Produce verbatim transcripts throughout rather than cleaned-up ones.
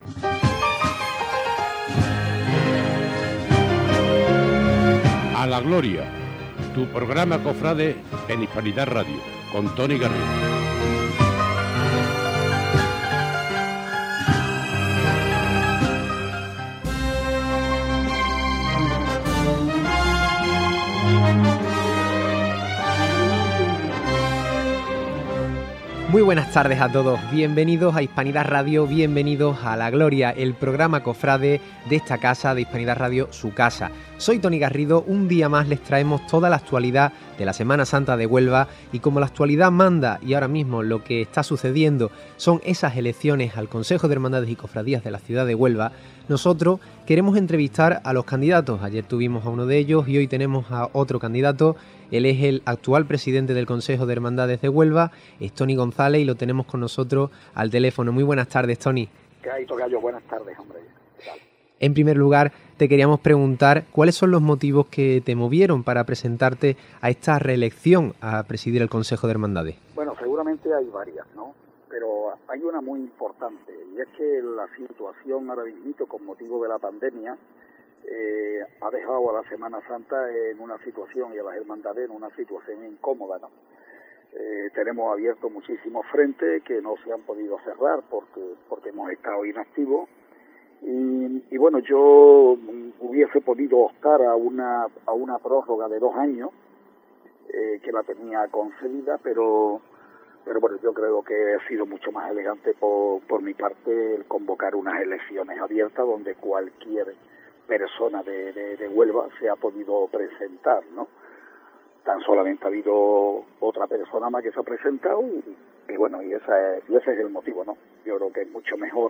A la Gloria, tu programa cofrade en Hispanidad Radio, con Tony Garrido. Muy buenas tardes a todos, bienvenidos a Hispanidad Radio, bienvenidos a La Gloria, el programa cofrade de esta casa, de Hispanidad Radio, su casa. Soy Tony Garrido, un día más les traemos toda la actualidad de la Semana Santa de Huelva y como la actualidad manda y ahora mismo lo que está sucediendo son esas elecciones al Consejo de Hermandades y Cofradías de la ciudad de Huelva, nosotros queremos entrevistar a los candidatos. Ayer tuvimos a uno de ellos y hoy tenemos a otro candidato. Él es el actual presidente del Consejo de Hermandades de Huelva, es Tony González, y lo tenemos con nosotros al teléfono. Muy buenas tardes, Tony. ¿Qué hay, tocayo? Buenas tardes, hombre. En primer lugar, te queríamos preguntar cuáles son los motivos que te movieron para presentarte a esta reelección a presidir el Consejo de Hermandades. Bueno, seguramente hay varias, ¿no? Pero hay una muy importante, y es que la situación ahora mismo, con motivo de la pandemia, eh, ha dejado a la Semana Santa en una situación y a las hermandades en una situación incómoda, ¿no? Eh, tenemos abiertos muchísimos frentes que no se han podido cerrar porque, porque hemos estado inactivos. Y, y bueno, yo hubiese podido optar a una a una prórroga de dos años eh, que la tenía concedida, pero pero bueno, yo creo que ha sido mucho más elegante por, por mi parte el convocar unas elecciones abiertas donde cualquier persona de, de, de Huelva se ha podido presentar, ¿no? Tan solamente ha habido otra persona más que se ha presentado y, y bueno, y, esa es, y ese es el motivo, ¿no? Yo creo que es mucho mejor.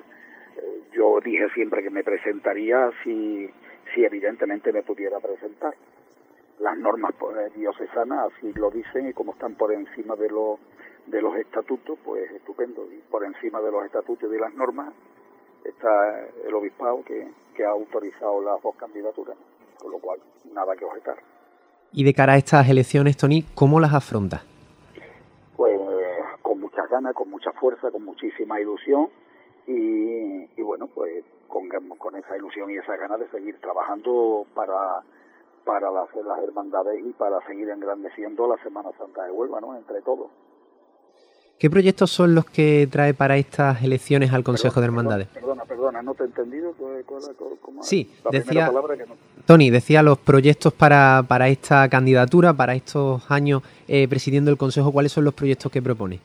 Yo dije siempre que me presentaría si, si evidentemente me pudiera presentar. Las normas diocesanas así lo dicen y como están por encima de los de los estatutos, pues estupendo. Y por encima de los estatutos y de las normas está el obispado que, que ha autorizado las dos candidaturas, con lo cual nada que objetar. Y de cara a estas elecciones, Tony, ¿cómo las afrontas? Pues con muchas ganas, con mucha fuerza, con muchísima ilusión. Y, y bueno, pues con, con esa ilusión y esa ganas de seguir trabajando para, para las, las hermandades y para seguir engrandeciendo la Semana Santa de Huelva, ¿no? Entre todos. ¿Qué proyectos son los que trae para estas elecciones al Consejo perdona, de Hermandades? Perdona, perdona, ¿no te he entendido? ¿Cómo, sí, la decía, que no... Tony, decía los proyectos para, para esta candidatura, para estos años eh, presidiendo el Consejo. ¿Cuáles son los proyectos que propone?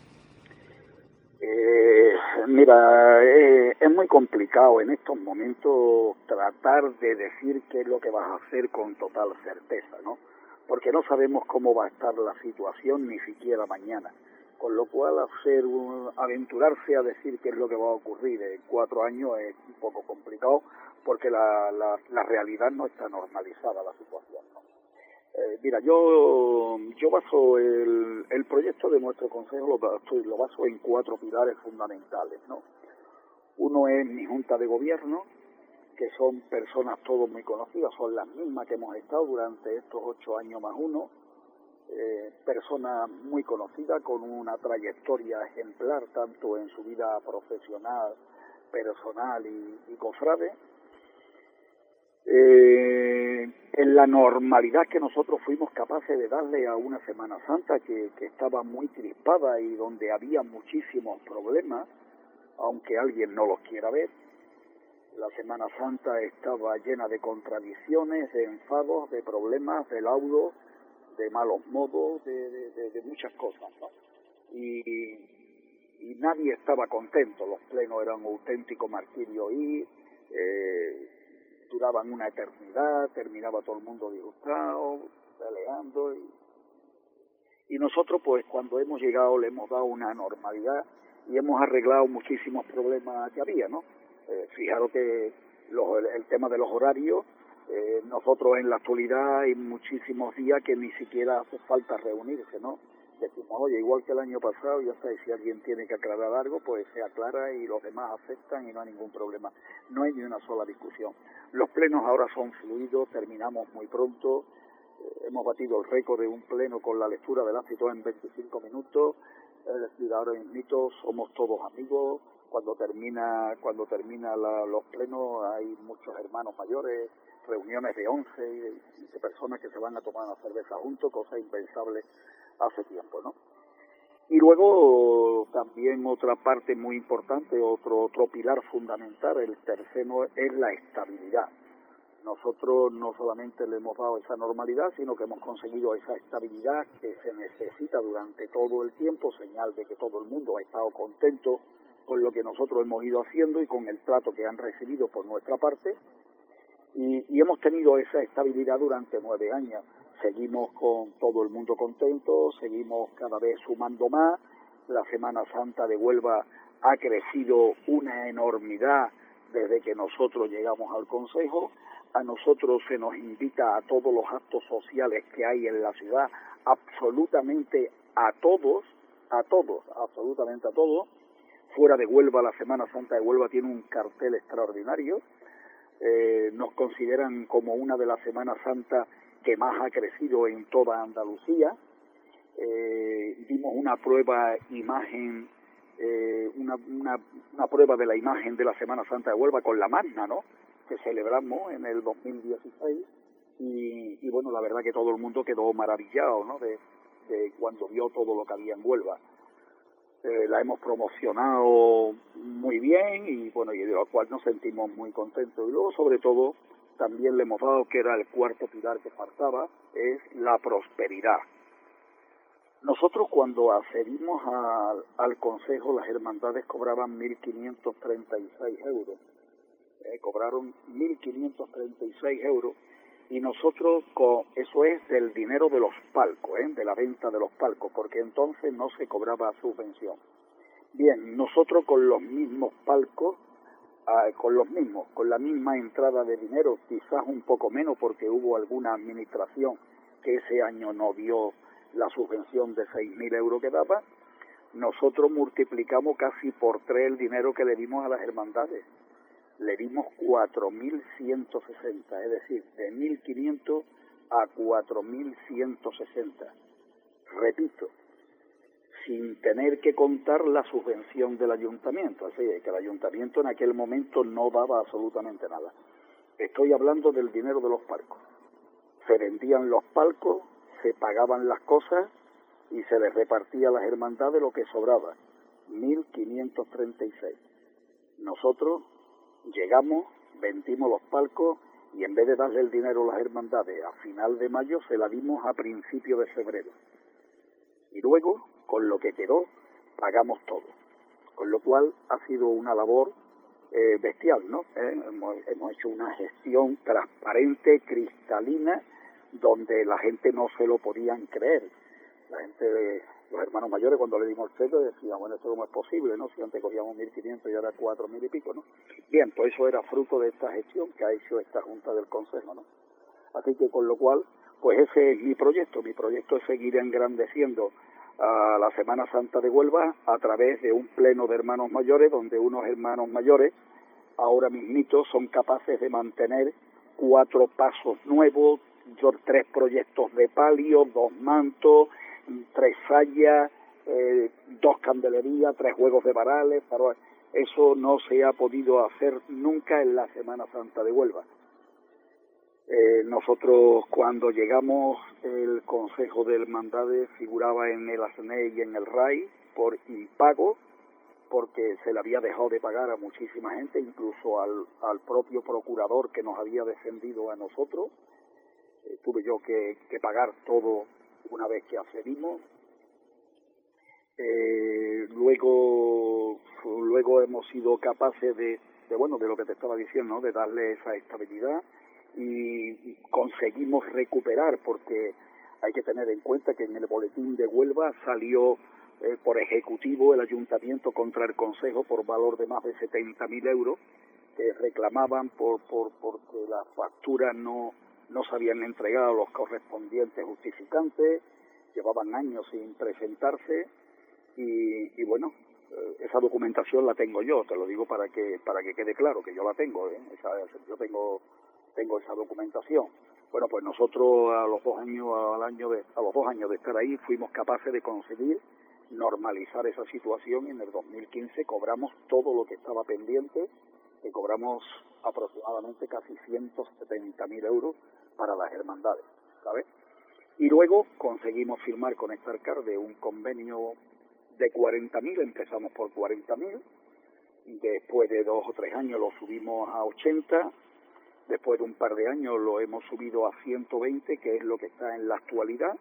Mira, eh, es muy complicado en estos momentos tratar de decir qué es lo que vas a hacer con total certeza, ¿no? Porque no sabemos cómo va a estar la situación ni siquiera mañana, con lo cual hacer un, aventurarse a decir qué es lo que va a ocurrir en cuatro años es un poco complicado porque la, la, la realidad no está normalizada la situación, ¿no? Eh, mira, yo yo baso el, el proyecto de nuestro consejo, lo baso, lo baso en cuatro pilares fundamentales, ¿no? Uno es mi junta de gobierno, que son personas todos muy conocidas, son las mismas que hemos estado durante estos ocho años más uno, eh, personas muy conocidas con una trayectoria ejemplar tanto en su vida profesional, personal y, y cofrade. Eh, en la normalidad que nosotros fuimos capaces de darle a una Semana Santa que, que estaba muy crispada y donde había muchísimos problemas, aunque alguien no los quiera ver. La Semana Santa estaba llena de contradicciones, de enfados, de problemas, de laudos, de malos modos, de, de, de, de muchas cosas, ¿no? Y, y nadie estaba contento, los plenos eran un auténtico martirio y eh, duraban una eternidad, terminaba todo el mundo disgustado, peleando y, y nosotros pues cuando hemos llegado le hemos dado una normalidad y hemos arreglado muchísimos problemas que había, ¿no? Eh, fijaros que los, el, el tema de los horarios, eh, nosotros en la actualidad hay muchísimos días que ni siquiera hace falta reunirse, ¿no? Decimos, oye, igual que el año pasado, ya está, y si alguien tiene que aclarar algo, pues se aclara y los demás aceptan y no hay ningún problema. No hay ni una sola discusión. Los plenos ahora son fluidos, terminamos muy pronto, eh, hemos batido el récord de un pleno con la lectura del ácito en veinticinco minutos, es decir, ahora mismo somos todos amigos, cuando termina cuando termina la, los plenos hay muchos hermanos mayores, reuniones de once y de personas que se van a tomar una cerveza juntos, cosa impensable hace tiempo, ¿no? Y luego también otra parte muy importante, otro otro pilar fundamental, el tercero, es la estabilidad. Nosotros no solamente le hemos dado esa normalidad, sino que hemos conseguido esa estabilidad que se necesita durante todo el tiempo, señal de que todo el mundo ha estado contento con lo que nosotros hemos ido haciendo y con el trato que han recibido por nuestra parte, y, y hemos tenido esa estabilidad durante nueve años. Seguimos con todo el mundo contento, seguimos cada vez sumando más. La Semana Santa de Huelva ha crecido una enormidad desde que nosotros llegamos al Consejo. A nosotros se nos invita a todos los actos sociales que hay en la ciudad, absolutamente a todos, a todos, absolutamente a todos. Fuera de Huelva, la Semana Santa de Huelva tiene un cartel extraordinario. Eh, nos consideran como una de las Semanas Santas que más ha crecido en toda Andalucía. Eh, dimos una prueba imagen, eh, una, una, una prueba de la imagen de la Semana Santa de Huelva con la Magna, ¿no?, que celebramos en el dos mil dieciséis, y, y bueno, la verdad que todo el mundo quedó maravillado, ¿no?, de, de cuando vio todo lo que había en Huelva. Eh, la hemos promocionado muy bien y bueno, y de lo cual nos sentimos muy contentos. Y luego, sobre todo, también le hemos dado, que era el cuarto pilar que faltaba, es la prosperidad. Nosotros, cuando accedimos a, al Consejo, las hermandades cobraban mil quinientos treinta y seis euros. Eh, cobraron mil quinientos treinta y seis euros, y nosotros, con, eso es del dinero de los palcos, ¿eh? de la venta de los palcos, porque entonces no se cobraba subvención. Bien, nosotros con los mismos palcos, eh, con los mismos, con la misma entrada de dinero, quizás un poco menos porque hubo alguna administración que ese año no dio la subvención de seis mil euros que daba, nosotros multiplicamos casi por tres el dinero que le dimos a las hermandades. Le dimos cuatro mil ciento sesenta, es decir, de mil quinientos a cuatro mil ciento sesenta. Repito, sin tener que contar la subvención del ayuntamiento, así que el ayuntamiento en aquel momento no daba absolutamente nada. Estoy hablando del dinero de los palcos. Se vendían los palcos, se pagaban las cosas y se les repartía a las hermandades lo que sobraba, mil quinientos treinta y seis. Nosotros llegamos, vendimos los palcos y en vez de darle el dinero a las hermandades a final de mayo, se la dimos a principio de febrero. Y luego, con lo que quedó, pagamos todo. Con lo cual ha sido una labor eh, bestial, ¿no? Eh, hemos, hemos hecho una gestión transparente, cristalina, donde la gente no se lo podían creer. La gente, los hermanos mayores, cuando le dimos el cheque, decían, bueno, esto cómo es posible, ¿no? Si antes cogíamos mil quinientos y ahora cuatro mil y pico, ¿no? Bien, pues eso era fruto de esta gestión que ha hecho esta Junta del Consejo, ¿no? Así que, con lo cual, pues ese es mi proyecto. Mi proyecto es seguir engrandeciendo a la Semana Santa de Huelva a través de un pleno de hermanos mayores, donde unos hermanos mayores, ahora mismito, son capaces de mantener cuatro pasos nuevos, tres proyectos de palio, dos mantos, tres sayas, eh, dos candelerías, tres juegos de varales. Pero eso no se ha podido hacer nunca en la Semana Santa de Huelva. Eh, nosotros, cuando llegamos, el Consejo de Hermandades figuraba en el A S N E y en el R A I por impago, porque se le había dejado de pagar a muchísima gente, incluso al, al propio procurador que nos había defendido a nosotros. Eh, tuve yo que, que pagar todo una vez que accedimos. Eh, luego, luego hemos sido capaces de, de, bueno, de lo que te estaba diciendo, ¿no?, de darle esa estabilidad, y conseguimos recuperar, porque hay que tener en cuenta que en el boletín de Huelva salió eh, por ejecutivo el ayuntamiento contra el Consejo por valor de más de setenta mil euros, que reclamaban por, por porque las facturas no, no se habían entregado los correspondientes justificantes, llevaban años sin presentarse, y, y bueno, eh, esa documentación la tengo yo, te lo digo para que para que quede claro que yo la tengo, ¿eh? Esa, yo tengo tengo esa documentación. Bueno, pues nosotros a los dos años al año de a los dos años de estar ahí fuimos capaces de conseguir normalizar esa situación, y en el dos mil quince cobramos todo lo que estaba pendiente, que cobramos aproximadamente casi ciento setenta mil euros para las hermandades, ¿sabes? Y luego conseguimos firmar con este alcalde un convenio de cuarenta mil, empezamos por cuarenta mil, después de dos o tres años lo subimos a ochenta, después de un par de años lo hemos subido a ciento veinte, que es lo que está en la actualidad.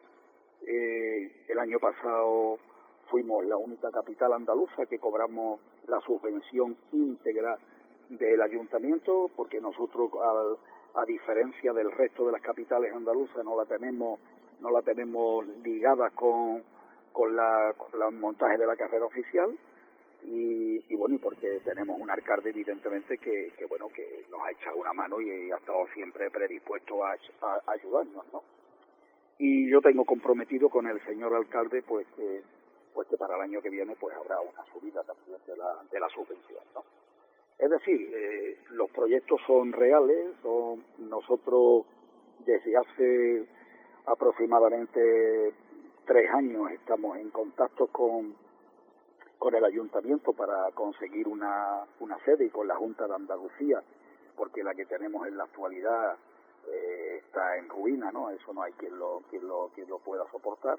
Eh, el año pasado fuimos la única capital andaluza que cobramos la subvención íntegra del ayuntamiento, porque nosotros, al, a diferencia del resto de las capitales andaluzas, no la tenemos no la tenemos ligada con con la con el montaje de la carrera oficial, y, y bueno, y porque tenemos un alcalde evidentemente que, que bueno que nos ha echado una mano y ha estado siempre predispuesto a, a, a ayudarnos, ¿no? Y yo tengo comprometido con el señor alcalde pues que pues que para el año que viene pues habrá una subida también de la de la subvención, ¿no? Es decir, eh, los proyectos son reales, son, nosotros desde hace aproximadamente tres años estamos en contacto con con el ayuntamiento para conseguir una, una sede, y con la Junta de Andalucía, porque la que tenemos en la actualidad eh, está en ruina, ¿no? Eso no hay quien lo quien lo quien lo pueda soportar.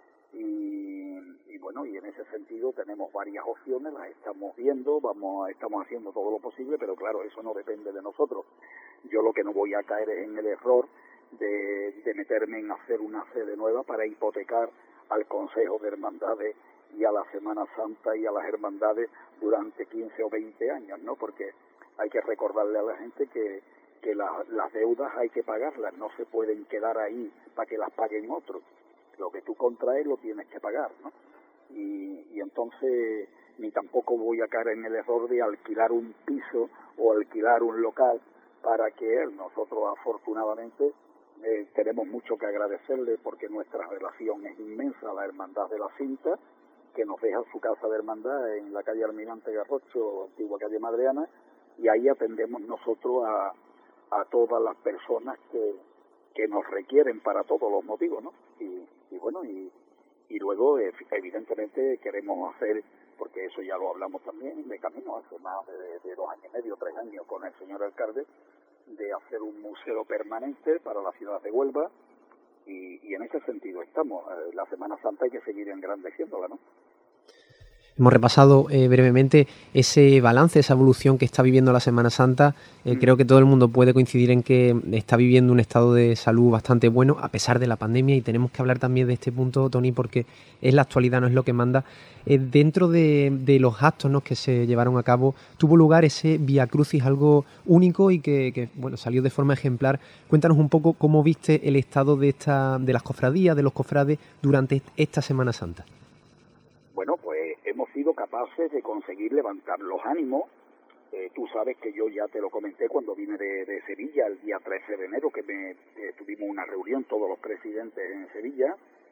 Y, y bueno, y en ese sentido tenemos varias opciones, las estamos viendo, vamos estamos haciendo todo lo posible, pero claro, eso no depende de nosotros. Yo lo que no voy a caer es en el error de, de meterme en hacer una sede nueva para hipotecar al Consejo de Hermandades y a la Semana Santa y a las hermandades durante quince o veinte años, ¿no? Porque hay que recordarle a la gente que, que la, las deudas hay que pagarlas, no se pueden quedar ahí para que las paguen otros. Lo que tú contraes lo tienes que pagar, ¿no? Y, y entonces ni tampoco voy a caer en el error de alquilar un piso o alquilar un local para que él. Nosotros afortunadamente eh, tenemos mucho que agradecerle, porque nuestra relación es inmensa a la Hermandad de la Cinta, que nos deja su casa de hermandad en la calle Almirante Garrocho, antigua calle Madreana, y ahí atendemos nosotros a, a todas las personas que, que nos requieren para todos los motivos, ¿no? Y, y bueno, y, y luego evidentemente queremos hacer, porque eso ya lo hablamos también de camino hace más de, de dos años y medio, tres años con el señor alcalde, de hacer un museo permanente para la ciudad de Huelva, y, y en ese sentido estamos. La Semana Santa hay que seguir engrandeciéndola, ¿no? Hemos repasado eh, brevemente ese balance, esa evolución que está viviendo la Semana Santa. Eh, mm. Creo que todo el mundo puede coincidir en que está viviendo un estado de salud bastante bueno a pesar de la pandemia, y tenemos que hablar también de este punto, Tony, porque es la actualidad, no es lo que manda. Eh, dentro de, de los actos, ¿no?, que se llevaron a cabo, tuvo lugar ese Vía Crucis, algo único y que, que bueno, salió de forma ejemplar. Cuéntanos un poco cómo viste el estado de, esta, de las cofradías, de los cofrades durante esta Semana Santa. Bueno, pues hemos sido capaces de conseguir levantar los ánimos. Eh, tú sabes que yo ya te lo comenté cuando vine de, de Sevilla el día trece de enero, que me, eh, tuvimos una reunión todos los presidentes en Sevilla.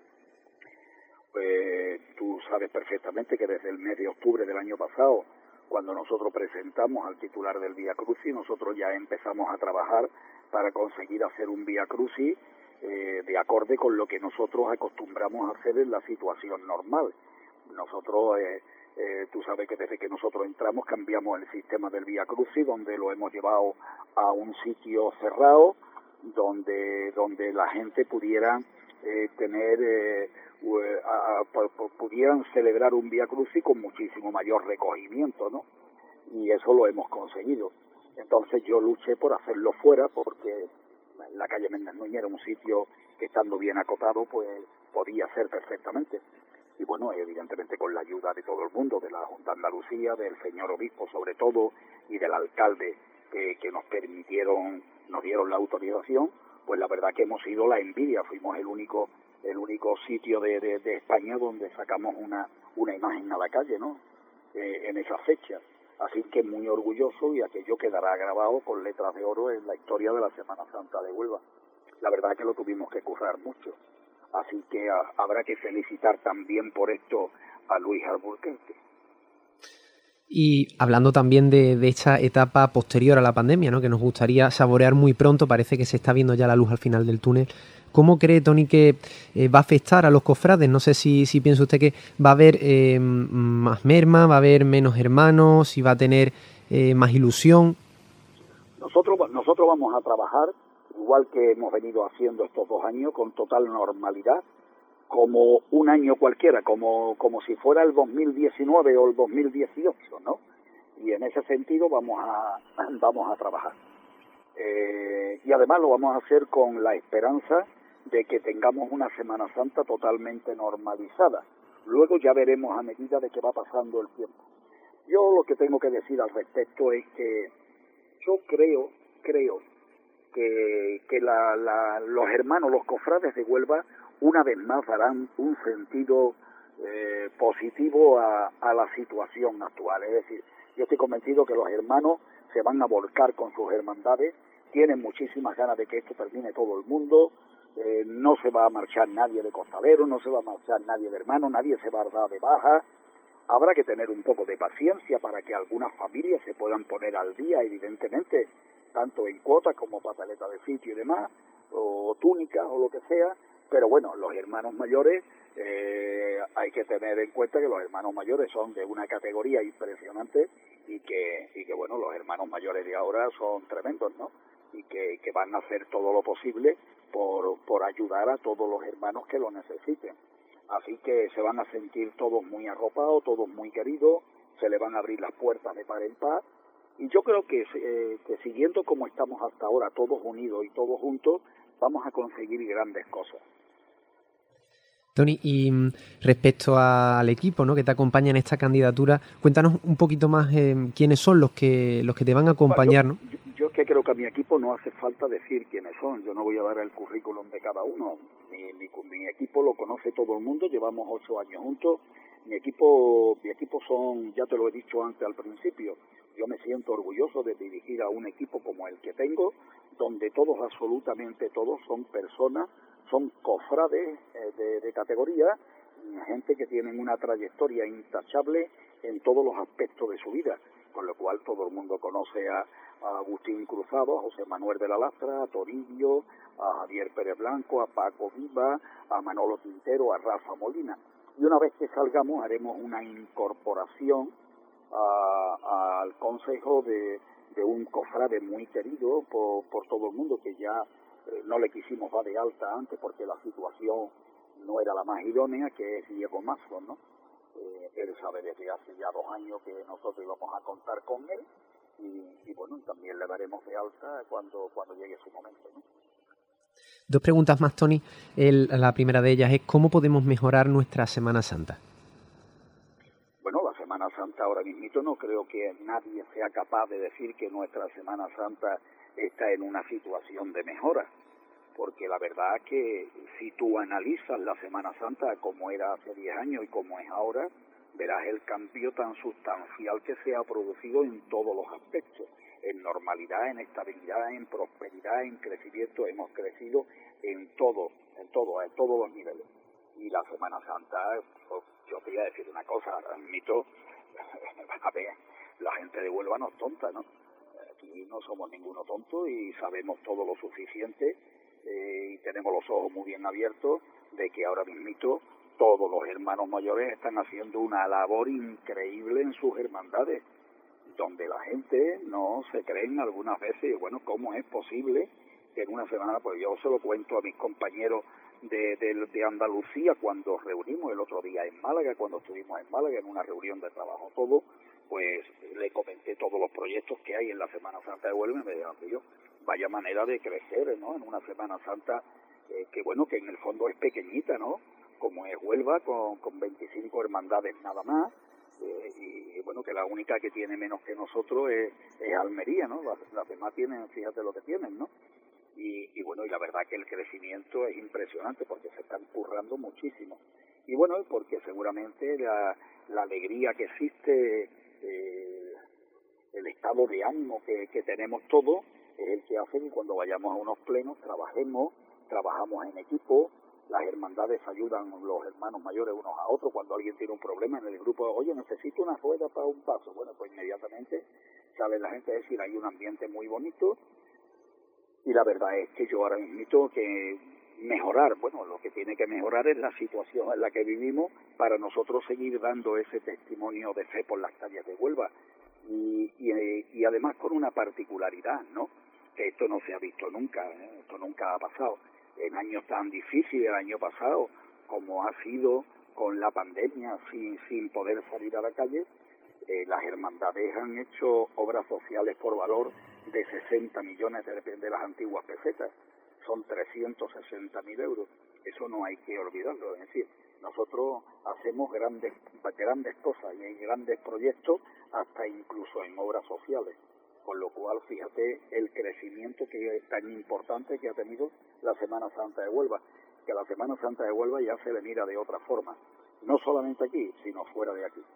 Eh, tú sabes perfectamente que desde el mes de octubre del año pasado, cuando nosotros presentamos al titular del Vía Crucis, nosotros ya empezamos a trabajar para conseguir hacer un Vía Crucis eh, de acorde con lo que nosotros acostumbramos a hacer en la situación normal. Nosotros, eh, eh, tú sabes que desde que nosotros entramos cambiamos el sistema del Vía Crucis, donde lo hemos llevado a un sitio cerrado, donde donde la gente pudiera eh, tener, eh, a, a, pudieran celebrar un Vía Crucis con muchísimo mayor recogimiento, ¿no? Y eso lo hemos conseguido. Entonces yo luché por hacerlo fuera, porque la calle Méndez Núñez era un sitio que, estando bien acotado, pues podía ser perfectamente. Y bueno, evidentemente con la ayuda de todo el mundo, de la Junta de Andalucía, del señor obispo sobre todo, y del alcalde que, que nos permitieron, nos dieron la autorización, pues la verdad que hemos sido la envidia. Fuimos el único el único sitio de, de, de España donde sacamos una una imagen a la calle, ¿no? Eh, en esa fecha. Así que muy orgulloso, y aquello quedará grabado con letras de oro en la historia de la Semana Santa de Huelva. La verdad que lo tuvimos que currar mucho. Así que a, habrá que felicitar también por esto a Luis Alburquerque. Y hablando también de, de esta etapa posterior a la pandemia, ¿no?, que nos gustaría saborear muy pronto, parece que se está viendo ya la luz al final del túnel. ¿cómo cree, Tony, que eh, va a afectar a los cofrades? No sé si, si piensa usted que va a haber eh, más merma, va a haber menos hermanos, si va a tener eh, más ilusión. Nosotros, nosotros vamos a trabajar, igual que hemos venido haciendo estos dos años, con total normalidad, como un año cualquiera, como, como si fuera el dos mil diecinueve o el dos mil dieciocho, ¿no? Y en ese sentido vamos a, vamos a trabajar. Eh, y además lo vamos a hacer con la esperanza de que tengamos una Semana Santa totalmente normalizada. Luego ya veremos a medida de que va pasando el tiempo. Yo lo que tengo que decir al respecto es que yo creo, creo que, que la, la, los hermanos, los cofrades de Huelva, una vez más darán un sentido eh, positivo a, a la situación actual. Es decir, yo estoy convencido que los hermanos se van a volcar con sus hermandades, tienen muchísimas ganas de que esto termine todo el mundo, eh, no se va a marchar nadie de costalero, no se va a marchar nadie de hermano, nadie se va a dar de baja. Habrá que tener un poco de paciencia para que algunas familias se puedan poner al día, evidentemente, tanto en cuotas como pataleta de sitio y demás, o túnicas o lo que sea, pero bueno, los hermanos mayores, eh, hay que tener en cuenta que los hermanos mayores son de una categoría impresionante y que, y que bueno, los hermanos mayores de ahora son tremendos, ¿no? Y que, que van a hacer todo lo posible por, por ayudar a todos los hermanos que lo necesiten. Así que se van a sentir todos muy arropados, todos muy queridos, se le van a abrir las puertas de par en par, y yo creo que, eh, que siguiendo como estamos hasta ahora, todos unidos y todos juntos, vamos a conseguir grandes cosas. Tony, y respecto al equipo, ¿no?, que te acompaña en esta candidatura, cuéntanos un poquito más eh, quiénes son los que los que te van a acompañar, ¿no? Yo, yo es que creo que a mi equipo no hace falta decir quiénes son, yo no voy a dar el currículum de cada uno, mi, mi, mi equipo lo conoce todo el mundo, llevamos ocho años juntos, mi equipo, mi equipo son, ya te lo he dicho antes al principio, yo me siento orgulloso de dirigir a un equipo como el que tengo, donde todos, absolutamente todos, son personas, son cofrades eh, de, de categoría, gente que tienen una trayectoria intachable en todos los aspectos de su vida, con lo cual todo el mundo conoce a, a Agustín Cruzado, a José Manuel de la Lastra, a Toribio, a Javier Pérez Blanco, a Paco Viva, a Manolo Quintero, a Rafa Molina. Y una vez que salgamos haremos una incorporación a, al consejo de, de un cofrade muy querido por, por todo el mundo, que ya eh, no le quisimos dar de alta antes porque la situación no era la más idónea, que es Diego Mazo, ¿no? Eh, él sabe desde hace ya dos años que nosotros íbamos a contar con él y, y bueno, también le daremos de alta cuando, cuando llegue su momento, ¿no? Dos preguntas más, Tony. El, la primera de ellas es ¿cómo podemos mejorar nuestra Semana Santa? Bueno, la Semana Santa ahora mismo no creo que nadie sea capaz de decir que nuestra Semana Santa está en una situación de mejora, porque la verdad es que si tú analizas la Semana Santa como era hace diez años y como es ahora, verás el cambio tan sustancial que se ha producido en todos los aspectos, en normalidad, en estabilidad, en prosperidad, en crecimiento. Hemos crecido en todo, en todo, en todos los niveles. Y la Semana Santa, pues, yo te voy a decir una cosa, admito, a ver, la gente de Huelva no es tonta, ¿no? Aquí no somos ninguno tonto y sabemos todo lo suficiente eh, y tenemos los ojos muy bien abiertos de que ahora mismito todos los hermanos mayores están haciendo una labor increíble en sus hermandades, donde la gente no se creen algunas veces, bueno, ¿cómo es posible que en una semana? Pues yo se lo cuento a mis compañeros de, de, de Andalucía cuando reunimos el otro día en Málaga, cuando estuvimos en Málaga en una reunión de trabajo todo, pues le comenté todos los proyectos que hay en la Semana Santa de Huelva y me dijeron que yo, vaya manera de crecer, ¿no? En una Semana Santa eh, que bueno, que en el fondo es pequeñita, ¿no? Como es Huelva, con, con veinticinco hermandades nada más, eh, y bueno, que la única que tiene menos que nosotros es, es Almería, ¿no? Las, las demás tienen, fíjate lo que tienen, ¿no? Y, y bueno, y la verdad que el crecimiento es impresionante porque se están currando muchísimo. Y bueno, porque seguramente la, la alegría que existe, eh, el estado de ánimo que, que tenemos todos, es el que hace que cuando vayamos a unos plenos trabajemos, trabajamos en equipo, las hermandades ayudan los hermanos mayores unos a otros, cuando alguien tiene un problema en el grupo, oye, necesito una rueda para un paso, bueno, pues inmediatamente sabe la gente, es decir, hay un ambiente muy bonito, y la verdad es que yo ahora mismo que mejorar. Bueno, lo que tiene que mejorar es la situación en la que vivimos para nosotros seguir dando ese testimonio de fe por las calles de Huelva. Y, y, y además con una particularidad, ¿no? Que esto no se ha visto nunca, ¿eh? Esto nunca ha pasado. En años tan difíciles, el año pasado, como ha sido con la pandemia, sin, sin poder salir a la calle, eh, las hermandades han hecho obras sociales por valor de sesenta millones de, de las antiguas pesetas. Son trescientos sesenta mil euros. Eso no hay que olvidarlo. Es decir, nosotros hacemos grandes grandes cosas y hay grandes proyectos, hasta incluso en obras sociales. Con lo cual, fíjate el crecimiento que es tan importante que ha tenido la Semana Santa de Huelva. Que a la Semana Santa de Huelva ya se le mira de otra forma. No solamente aquí, sino fuera de aquí.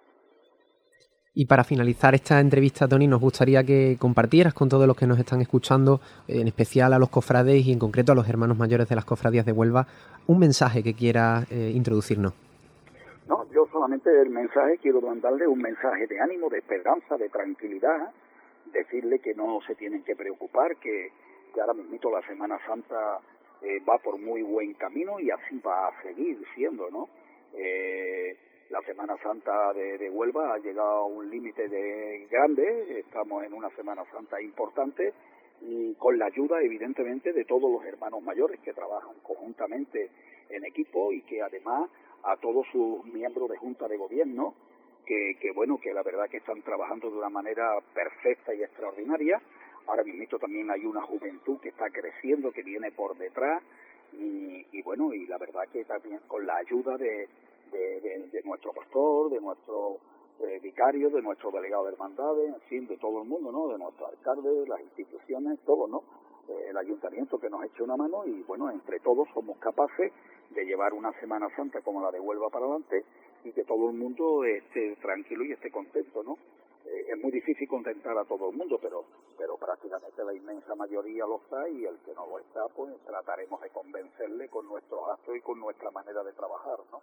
Y para finalizar esta entrevista, Tony, nos gustaría que compartieras con todos los que nos están escuchando, en especial a los cofrades y en concreto a los hermanos mayores de las cofradías de Huelva, un mensaje que quieras eh, introducirnos. No, yo solamente el mensaje, quiero mandarle un mensaje de ánimo, de esperanza, de tranquilidad, decirle que no se tienen que preocupar, que, que ahora mismo la Semana Santa eh, va por muy buen camino y así va a seguir siendo, ¿no? Eh, La Semana Santa de, de Huelva ha llegado a un límite de grande, estamos en una Semana Santa importante y con la ayuda, evidentemente, de todos los hermanos mayores que trabajan conjuntamente en equipo y que además a todos sus miembros de Junta de Gobierno, que, que bueno, que la verdad que están trabajando de una manera perfecta y extraordinaria. Ahora mismo también hay una juventud que está creciendo, que viene por detrás y, y bueno, y la verdad que también con la ayuda de De, de, de nuestro pastor, de nuestro eh, vicario, de nuestro delegado de hermandades, en fin, de todo el mundo, ¿no? De nuestro alcalde, las instituciones, todo, ¿no? Eh, el ayuntamiento que nos eche una mano y, bueno, entre todos somos capaces de llevar una Semana Santa como la de Huelva para adelante y que todo el mundo esté tranquilo y esté contento, ¿no? Eh, es muy difícil contentar a todo el mundo, pero pero prácticamente la inmensa mayoría lo está y el que no lo está, pues trataremos de convencerle con nuestros actos y con nuestra manera de trabajar, ¿no?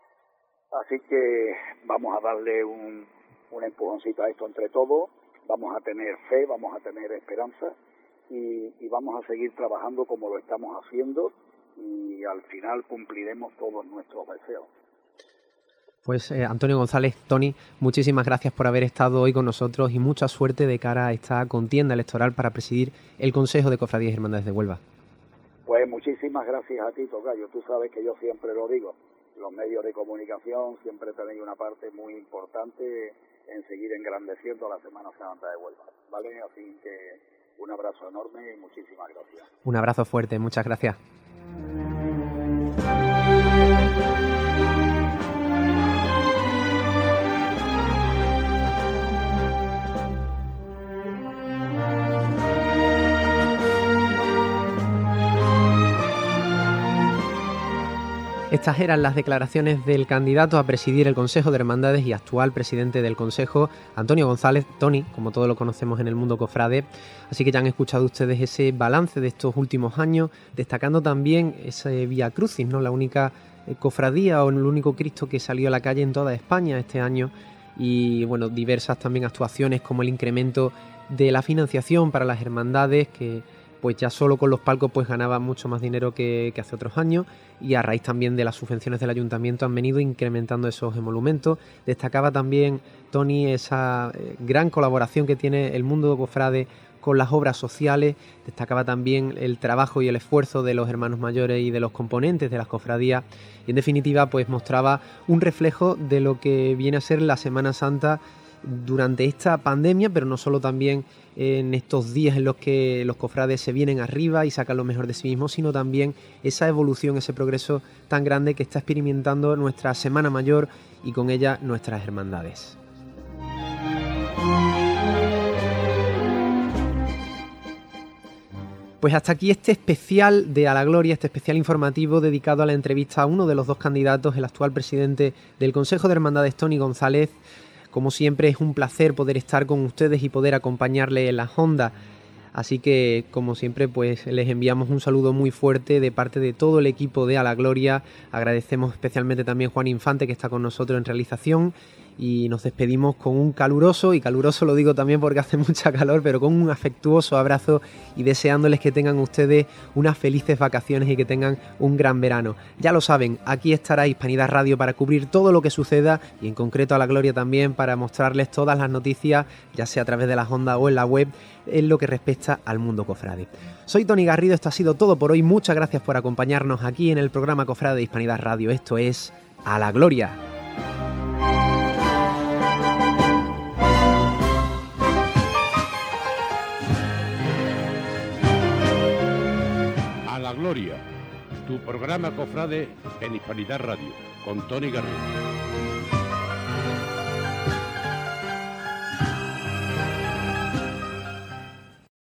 Así que vamos a darle un, un empujoncito a esto entre todos, vamos a tener fe, vamos a tener esperanza y, y vamos a seguir trabajando como lo estamos haciendo y al final cumpliremos todos nuestros deseos. Pues eh, Antonio González, Tony, muchísimas gracias por haber estado hoy con nosotros y mucha suerte de cara a esta contienda electoral para presidir el Consejo de Cofradías y Hermandades de Huelva. Pues muchísimas gracias a ti, Tocayo. Tú sabes que yo siempre lo digo. Los medios de comunicación siempre tenéis una parte muy importante en seguir engrandeciendo la Semana Santa de Huelva, ¿vale? Así que un abrazo enorme y muchísimas gracias. Un abrazo fuerte, muchas gracias. Estas eran las declaraciones del candidato a presidir el Consejo de Hermandades y actual presidente del Consejo, Antonio González, Tony, como todos lo conocemos en el mundo cofrade. Así que ya han escuchado ustedes ese balance de estos últimos años, destacando también ese Vía Crucis, ¿no? La única cofradía o el único Cristo que salió a la calle en toda España este año. Y bueno, diversas también actuaciones como el incremento de la financiación para las hermandades, que pues ya solo con los palcos pues ganaba mucho más dinero que, que hace otros años, y a raíz también de las subvenciones del ayuntamiento han venido incrementando esos emolumentos. Destacaba también Tony esa eh, gran colaboración que tiene el mundo cofrade con las obras sociales, destacaba también el trabajo y el esfuerzo de los hermanos mayores y de los componentes de las cofradías, y en definitiva pues mostraba un reflejo de lo que viene a ser la Semana Santa durante esta pandemia, pero no solo también en estos días en los que los cofrades se vienen arriba y sacan lo mejor de sí mismos, sino también esa evolución, ese progreso tan grande que está experimentando nuestra Semana Mayor y con ella nuestras hermandades. Pues hasta aquí este especial de A la Gloria, este especial informativo dedicado a la entrevista a uno de los dos candidatos, el actual presidente del Consejo de Hermandades, Tony González. Como siempre es un placer poder estar con ustedes y poder acompañarles en las ondas. Así que, como siempre, pues les enviamos un saludo muy fuerte de parte de todo el equipo de A la Gloria. Agradecemos especialmente también a Juan Infante, que está con nosotros en realización. y nos despedimos con un caluroso, y caluroso lo digo también porque hace mucha calor, pero con un afectuoso abrazo y deseándoles que tengan ustedes unas felices vacaciones y que tengan un gran verano. Ya lo saben, aquí estará Hispanidad Radio para cubrir todo lo que suceda y en concreto a La Gloria también para mostrarles todas las noticias, ya sea a través de las ondas o en la web, en lo que respecta al mundo cofrade. Soy Tony Garrido, esto ha sido todo por hoy. Muchas gracias por acompañarnos aquí en el programa Cofrade de Hispanidad Radio. Esto es A la Gloria. A la Gloria, tu programa cofrade en Hispanidad Radio, con Tony Garrido.